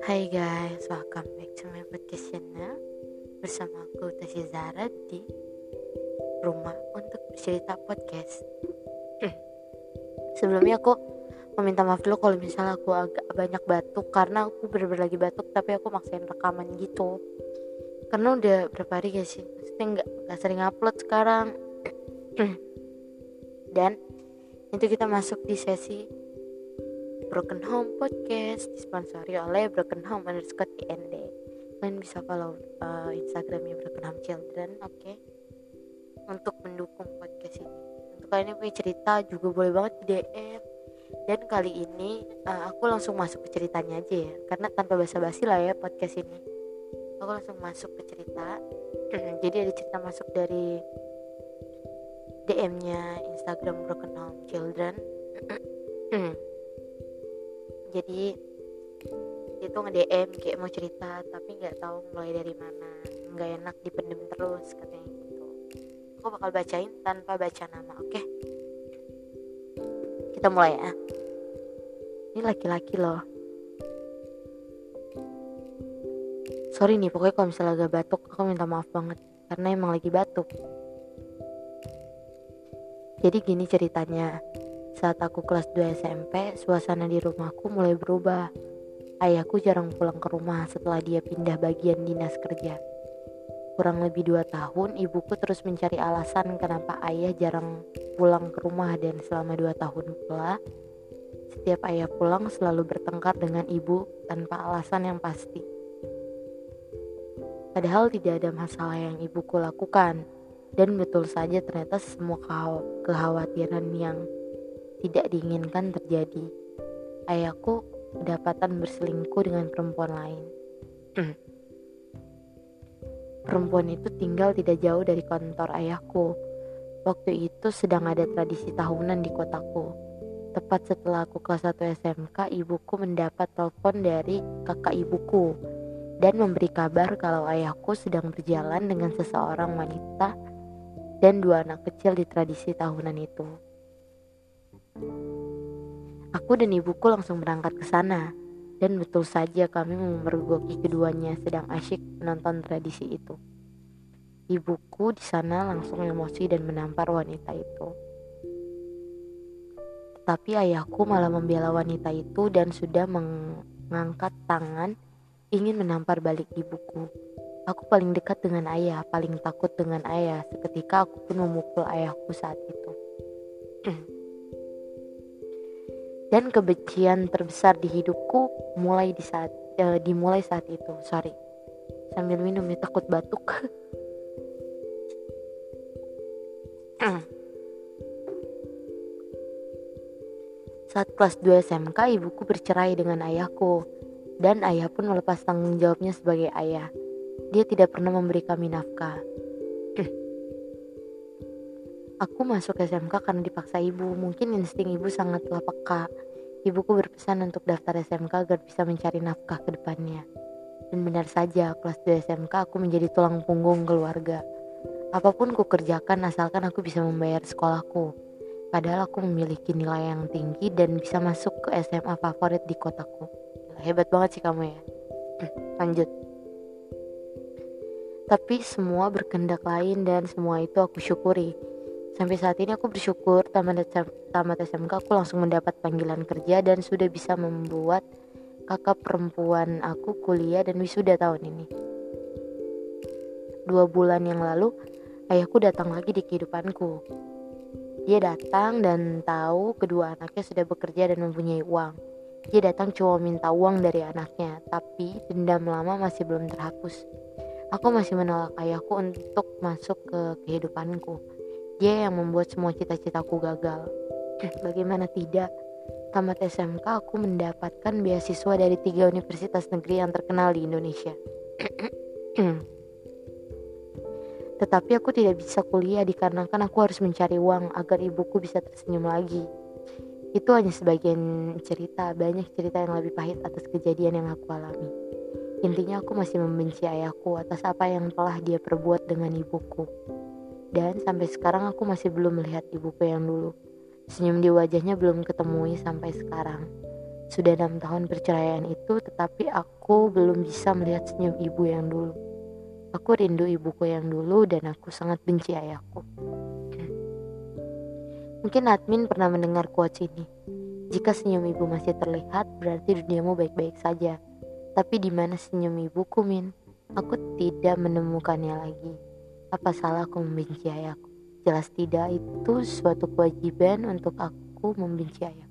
Hai guys, welcome back to my podcast channel. Bersama aku Tasya Zara di rumah untuk bercerita podcast. Sebelumnya aku meminta maaf dulu kalau misalnya aku agak banyak batuk, karena aku bener-bener lagi batuk tapi aku maksain rekaman gitu. Karena udah berapa hari gak sih, maksudnya gak sering upload sekarang. Dan itu kita masuk di sesi Broken Home Podcast, disponsori oleh Broken Home _IND. Kalian bisa follow Instagramnya Broken Home Children, oke? Untuk mendukung podcast ini. Untuk kalian yang punya cerita juga boleh banget di DM. Dan kali ini aku langsung masuk ke ceritanya aja ya, karena tanpa basa-basi lah ya podcast ini. Aku langsung masuk ke cerita. Jadi ada cerita masuk dari DM-nya Instagram Broken Home Children. Jadi itu nge-DM kayak mau cerita tapi nggak tahu mulai dari mana, nggak enak dipendem terus katanya gitu. Aku bakal bacain tanpa baca nama, oke? Kita mulai ya. Ini laki-laki loh. Sorry nih, pokoknya kalau misalnya agak batuk aku minta maaf banget karena emang lagi batuk. Jadi gini ceritanya. Saat aku kelas 2 SMP, suasana di rumahku mulai berubah. Ayahku jarang pulang ke rumah setelah dia pindah bagian dinas kerja. Kurang lebih 2 tahun, ibuku terus mencari alasan kenapa ayah jarang pulang ke rumah, dan selama 2 tahun pula, setiap ayah pulang selalu bertengkar dengan ibu tanpa alasan yang pasti. Padahal tidak ada masalah yang ibuku lakukan, dan betul saja ternyata semua kekhawatiran yang tidak diinginkan terjadi. Ayahku kedapatan berselingkuh dengan perempuan lain. Perempuan itu tinggal tidak jauh dari kantor ayahku. Waktu itu sedang ada tradisi tahunan di kotaku. Tepat setelah aku kelas 1 SMK, ibuku mendapat telepon dari kakak ibuku dan memberi kabar kalau ayahku sedang berjalan dengan seseorang wanita dan 2 anak kecil di tradisi tahunan itu. Aku dan ibuku langsung berangkat ke sana, dan betul saja kami memergoki keduanya sedang asyik menonton tradisi itu. Ibuku di sana langsung emosi dan menampar wanita itu. Tetapi ayahku malah membela wanita itu dan sudah mengangkat tangan ingin menampar balik ibuku. Aku paling dekat dengan ayah, paling takut dengan ayah. Seketika aku pun memukul ayahku saat itu. Dan kebencian terbesar di hidupku dimulai saat itu. Sorry, sambil minum ya, takut batuk. Saat kelas 2 SMK, ibuku bercerai dengan ayahku, dan ayah pun melepas tanggung jawabnya sebagai ayah. Dia tidak pernah memberi kami nafkah. Aku masuk SMK karena dipaksa ibu. Mungkin insting ibu sangatlah peka. Ibuku berpesan untuk daftar SMK agar bisa mencari nafkah ke depannya. Dan benar saja, kelas 2 SMK aku menjadi tulang punggung keluarga. Apapun ku kerjakan asalkan aku bisa membayar sekolahku. Padahal aku memiliki nilai yang tinggi dan bisa masuk ke SMA favorit di kotaku. Hebat banget sih kamu ya. Lanjut. Tapi semua berkehendak lain dan semua itu aku syukuri. Sampai saat ini aku bersyukur tamat SMK aku langsung mendapat panggilan kerja dan sudah bisa membuat kakak perempuan aku kuliah dan wisuda tahun ini. 2 bulan yang lalu ayahku datang lagi di kehidupanku. Dia datang dan tahu kedua anaknya sudah bekerja dan mempunyai uang. Dia datang cuma minta uang dari anaknya, tapi dendam lama masih belum terhapus. Aku masih menolak ayahku untuk masuk ke kehidupanku. Dia yang membuat semua cita-citaku gagal. Bagaimana tidak, tamat SMK aku mendapatkan beasiswa dari 3 universitas negeri yang terkenal di Indonesia. Tetapi aku tidak bisa kuliah dikarenakan aku harus mencari uang agar ibuku bisa tersenyum lagi. Itu hanya sebagian cerita, banyak cerita yang lebih pahit atas kejadian yang aku alami. Intinya aku masih membenci ayahku atas apa yang telah dia perbuat dengan ibuku. Dan sampai sekarang aku masih belum melihat ibuku yang dulu. Senyum di wajahnya belum ketemui sampai sekarang. Sudah 6 tahun perceraian itu, tetapi aku belum bisa melihat senyum ibu yang dulu. Aku rindu ibuku yang dulu dan aku sangat benci ayahku. Mungkin admin pernah mendengar quotes ini. Jika senyum ibu masih terlihat, berarti duniamu baik-baik saja. Tapi di mana senyum ibuku, Min? Aku tidak menemukannya lagi. Apa salah aku membenci ayahku? Jelas tidak, itu suatu kewajiban untuk aku membenci ayahku.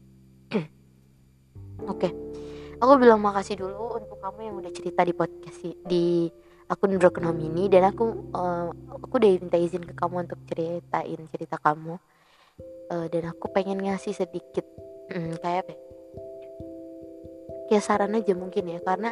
Oke, aku bilang makasih dulu untuk kamu yang udah cerita di podcast di akun Broken Home ini, dan aku udah minta izin ke kamu untuk ceritain cerita kamu, dan aku pengen ngasih sedikit kayak apa ya? Kayak saran aja mungkin ya, karena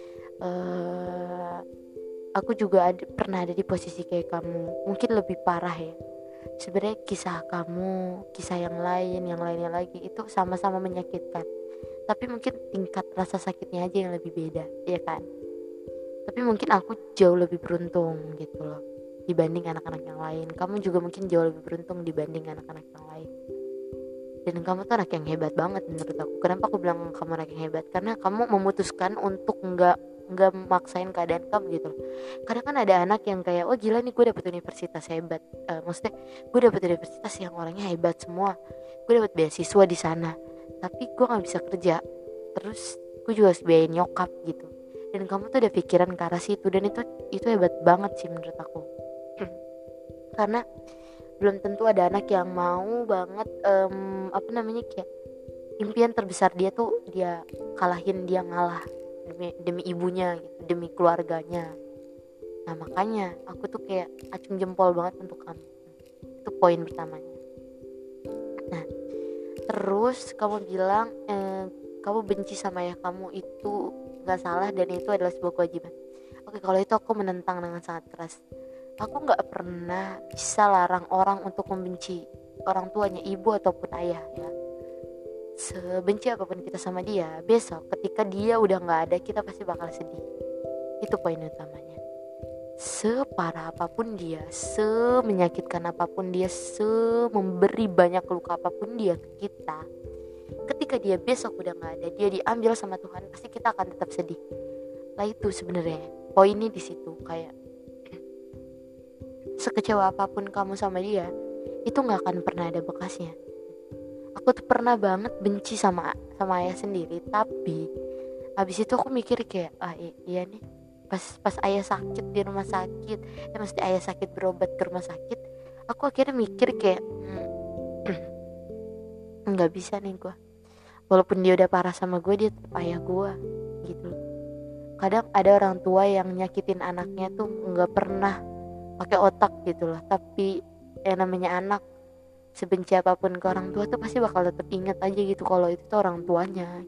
aku juga pernah ada di posisi kayak kamu, mungkin lebih parah ya. Sebenarnya kisah kamu, kisah yang lainnya lagi itu sama-sama menyakitkan. Tapi mungkin tingkat rasa sakitnya aja yang lebih beda, ya kan? Tapi mungkin aku jauh lebih beruntung gitu loh dibanding anak-anak yang lain. Kamu juga mungkin jauh lebih beruntung dibanding anak-anak yang lain. Dan kamu tuh anak yang hebat banget menurut aku. Kenapa aku bilang kamu anak yang hebat? Karena kamu memutuskan untuk nggak memaksain keadaan kamu gitu loh. Karena kan ada anak yang kayak, oh gila nih gue dapet universitas hebat, maksudnya gue dapet universitas yang orangnya hebat semua, gue dapet beasiswa di sana, tapi gue nggak bisa kerja, terus gue juga harus biayain nyokap gitu. Dan kamu tuh ada pikiran ke arah situ, dan itu hebat banget sih menurut aku. Karena belum tentu ada anak yang mau banget kayak impian terbesar dia tuh dia kalahin, dia ngalah demi ibunya gitu, demi keluarganya. Nah makanya aku tuh kayak acung jempol banget untuk kamu. Itu poin pertamanya. Nah terus kamu bilang kamu benci sama ayah kamu, itu gak salah dan itu adalah sebuah kewajiban. Oke, kalau itu aku menentang dengan sangat keras. Aku gak pernah bisa larang orang untuk membenci orang tuanya, ibu ataupun ayah ya. Sebenci apapun kita sama dia, besok ketika dia udah gak ada, kita pasti bakal sedih. Itu poin utamanya. Separah apapun dia, semenyakitkan apapun dia, memberi banyak luka apapun dia ke kita, ketika dia besok udah gak ada, dia diambil sama Tuhan, pasti kita akan tetap sedih. Lah itu sebenarnya poinnya di situ. Kayak sekecewa apapun kamu sama dia, itu gak akan pernah ada bekasnya. Aku tuh pernah banget benci sama ayah sendiri, tapi habis itu aku mikir kayak iya nih, pas ayah sakit di rumah sakit, mesti ayah sakit berobat ke rumah sakit, aku akhirnya mikir kayak nggak bisa nih gue, walaupun dia udah parah sama gue, dia tetap ayah gue gitu. Kadang ada orang tua yang nyakitin anaknya tuh nggak pernah pakai otak gitu loh, tapi yang namanya anak, sebenci apapun ke orang tua tuh pasti bakal tetap ingat aja gitu kalau itu tuh orang tuanya.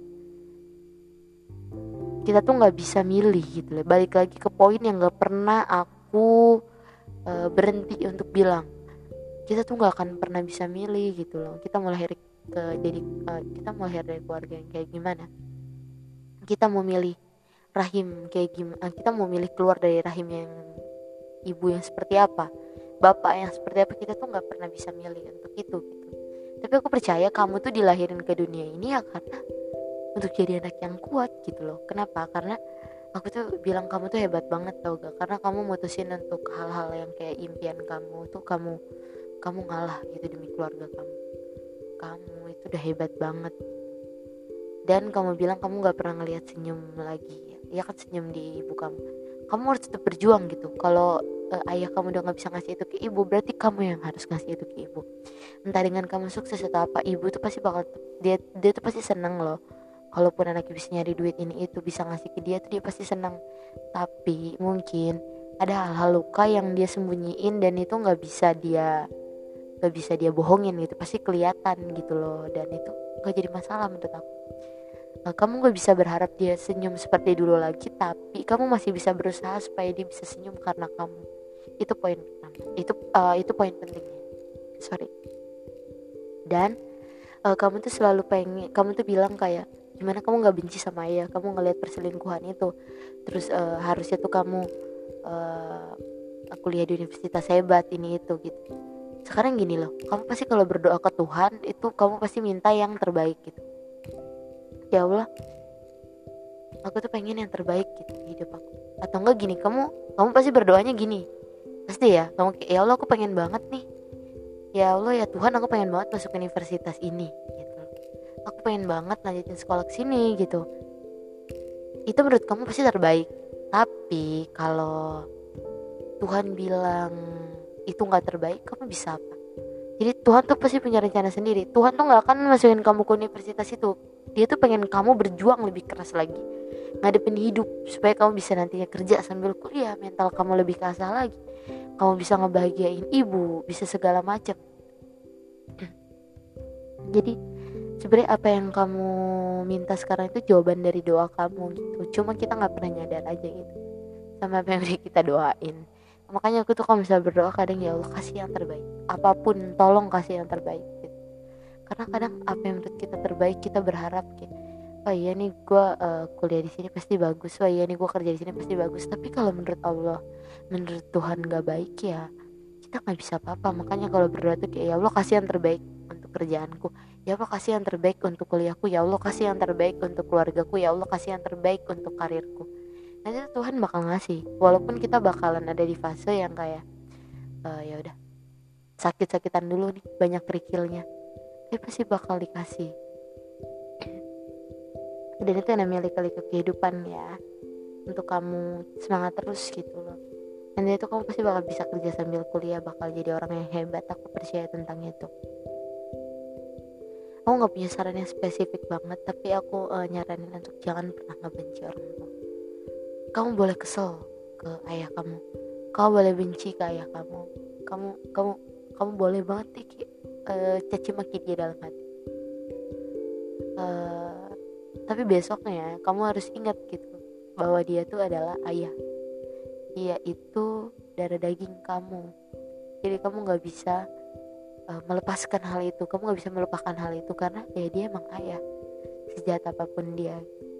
Kita tuh nggak bisa milih gitu loh. Balik lagi ke poin yang nggak pernah aku berhenti untuk bilang, kita tuh nggak akan pernah bisa milih gitu loh. Kita mau lahir kita mau lahir dari keluarga yang kayak gimana, kita mau milih rahim kayak gimana, kita mau milih keluar dari rahim yang ibu yang seperti apa, bapak yang seperti apa, kita tuh nggak pernah bisa milih untuk itu gitu. Tapi aku percaya kamu tuh dilahirin ke dunia ini ya karena untuk jadi anak yang kuat gitu loh. Kenapa? Karena aku tuh bilang kamu tuh hebat banget, tau gak? Karena kamu mutusin untuk hal-hal yang kayak impian kamu tuh, kamu ngalah gitu demi keluarga kamu. Kamu itu udah hebat banget. Dan kamu bilang kamu gak pernah ngelihat senyum lagi, ya kan, senyum di ibu kamu. Kamu harus tetap berjuang gitu. Kalau ayah kamu udah gak bisa ngasih itu ke ibu, berarti kamu yang harus ngasih itu ke ibu. Entah dengan kamu sukses atau apa, ibu tuh pasti bakal, dia tuh pasti seneng loh. Kalaupun anaknya bisa nyari duit ini itu, bisa ngasih ke dia tuh dia pasti senang. Tapi mungkin ada hal-hal luka yang dia sembunyiin dan itu nggak bisa dia bohongin gitu, pasti kelihatan gitu loh. Dan itu nggak jadi masalah menurut aku. Kamu nggak bisa berharap dia senyum seperti dulu lagi, tapi kamu masih bisa berusaha supaya dia bisa senyum karena kamu. Itu poin pertama. Itu poin pentingnya. Sorry. Dan kamu tuh selalu kamu tuh bilang kayak, gimana kamu nggak benci sama ayah, kamu ngelihat perselingkuhan itu, terus harusnya tuh kamu kuliah di universitas hebat ini itu gitu. Sekarang gini loh, kamu pasti kalau berdoa ke Tuhan itu kamu pasti minta yang terbaik gitu. ya Allah, aku tuh pengen yang terbaik gitu di hidup aku. Atau enggak gini, kamu pasti berdoanya gini, pasti ya, kamu kayak, ya Allah aku pengen banget nih, ya Allah ya Tuhan aku pengen banget masuk universitas ini gitu, aku pengen banget lanjutin sekolah ke sini gitu. Itu menurut kamu pasti terbaik. Tapi kalau Tuhan bilang itu nggak terbaik, kamu bisa apa? Jadi Tuhan tuh pasti punya rencana sendiri. Tuhan tuh nggak akan masukin kamu ke universitas itu. Dia tuh pengen kamu berjuang lebih keras lagi, ngadepin hidup, supaya kamu bisa nantinya kerja sambil kuliah, mental kamu lebih kasah lagi, kamu bisa ngebahagiain ibu, bisa segala macam. Jadi sebenarnya apa yang kamu minta sekarang itu jawaban dari doa kamu gitu. Cuma kita nggak pernah nyadar aja gitu sama apa yang udah kita doain. Makanya aku tuh kalau misalnya berdoa kadang, ya Allah kasih yang terbaik, apapun tolong kasih yang terbaik gitu. Karena kadang apa yang menurut kita terbaik kita berharap kayak, oh iya nih gue kuliah di sini pasti bagus, oh iya nih gue kerja di sini pasti bagus. Tapi kalau menurut Allah, menurut Tuhan gak baik, ya kita nggak bisa apa-apa. Makanya kalau berdoa tuh kayak, ya Allah kasih yang terbaik untuk kerjaanku, ya Allah kasih yang terbaik untuk kuliahku, ya Allah kasih yang terbaik untuk keluargaku, ya Allah kasih yang terbaik untuk karirku. Nanti Tuhan bakal ngasih, walaupun kita bakalan ada di fase yang kayak ya udah sakit-sakitan dulu nih, banyak kerikilnya, tapi pasti bakal dikasih. Dan itu yang namanya lika-liku kehidupan ya, untuk kamu semangat terus gitu loh. Nanti itu kamu pasti bakal bisa kerja sambil kuliah, bakal jadi orang yang hebat, aku percaya tentang itu. Aku gak punya saran yang spesifik banget, tapi aku nyaranin untuk jangan pernah ngebenci orang tua. Kamu boleh kesel ke ayah kamu boleh benci ke ayah kamu kamu kamu boleh banget nih caci maki dia dalam hati. Tapi besoknya kamu harus ingat gitu bahwa dia tuh adalah ayah, dia itu darah daging kamu. Jadi kamu nggak bisa melepaskan hal itu, kamu nggak bisa melupakan hal itu, karena ya dia emang ayah, sejahat apapun dia.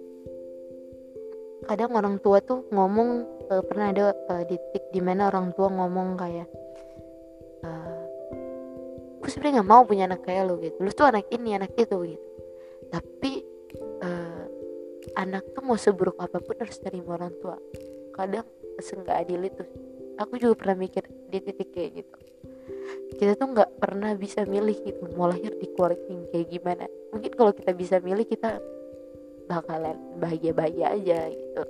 Kadang orang tua tuh ngomong, pernah ada di titik dimana orang tua ngomong kayak, aku sebenarnya nggak mau punya anak kayak lo gitu, lu tuh anak ini anak itu gitu. Tapi anak tuh mau seburuk apapun harus terima orang tua. Kadang nggak adil itu. Aku juga pernah mikir di titik kayak gitu. Kita tuh nggak pernah bisa milih gitu mau lahir di keluarga yang kayak gimana. Mungkin kalau kita bisa milih, kita bakalan bahagia aja gitu.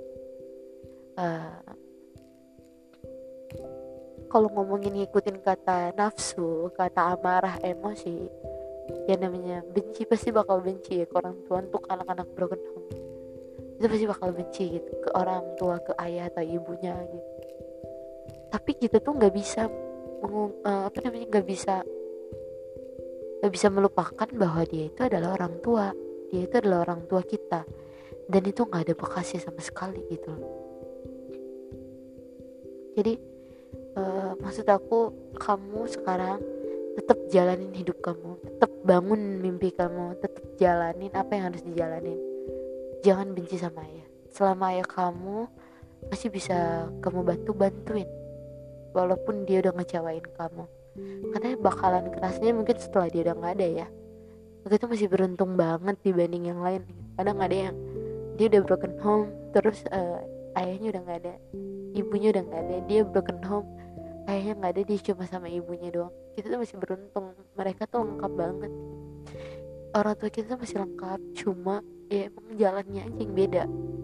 Kalau ngomongin ngikutin kata nafsu, kata amarah, emosi, ya namanya benci pasti bakal benci ya ke orang tua. Untuk anak-anak broken home itu pasti bakal benci gitu ke orang tua, ke ayah atau ibunya gitu. Tapi kita tuh nggak bisa nggak bisa melupakan bahwa dia itu adalah orang tua, dia itu adalah orang tua kita, dan itu nggak ada bekasnya sama sekali gitu loh. Jadi maksud aku, kamu sekarang tetap jalanin hidup kamu, tetap bangun mimpi kamu, tetap jalanin apa yang harus dijalanin. Jangan benci sama ayah. Selama ayah kamu masih bisa kamu bantuin, walaupun dia udah ngecewain kamu. Karena bakalan kerasnya mungkin setelah dia udah nggak ada ya. Itu masih beruntung banget dibanding yang lain. Kadang ada yang dia udah broken home, terus ayahnya udah nggak ada, ibunya udah nggak ada, dia broken home, ayahnya nggak ada, dia cuma sama ibunya doang. Kita tuh masih beruntung, mereka tuh lengkap banget. Orang tua kita tuh masih lengkap, cuma ya emang jalannya aja yang beda.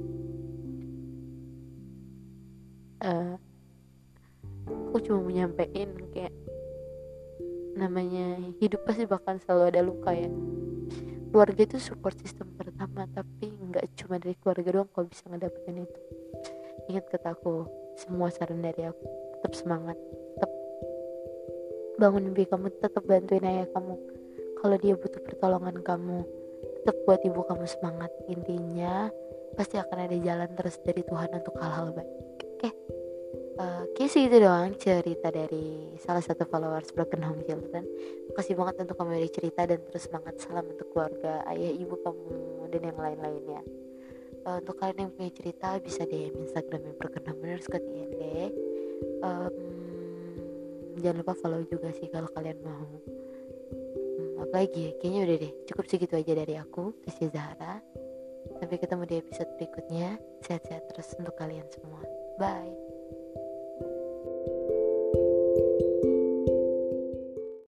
Aku cuma mau nyampein kayak, namanya hidup pasti bakal selalu ada luka ya. Keluarga itu support system pertama, tapi nggak cuma dari keluarga doang kalau bisa ngedapetin itu. Ingat kataku, semua saran dari aku, tetap semangat, tetap bangun mimpi kamu, tetap bantuin ayah kamu. Kalau dia butuh pertolongan kamu, tetap buat ibu kamu semangat. Intinya pasti akan ada jalan terus dari Tuhan untuk hal-hal baik. Oke, segitu doang cerita dari salah satu followers Broken Home Children. Makasih banget untuk kamu yang cerita, dan terus semangat. Salam untuk keluarga, ayah, ibu kamu, dan yang lain-lainnya. Untuk kalian yang punya cerita bisa DM Instagramnya Broken Home _IND. Jangan lupa follow juga sih kalau kalian mau. Apalagi ya, kayaknya udah deh, cukup segitu aja dari aku, Tasya Zahra. Sampai ketemu di episode berikutnya. Sehat-sehat terus untuk kalian semua. Bye.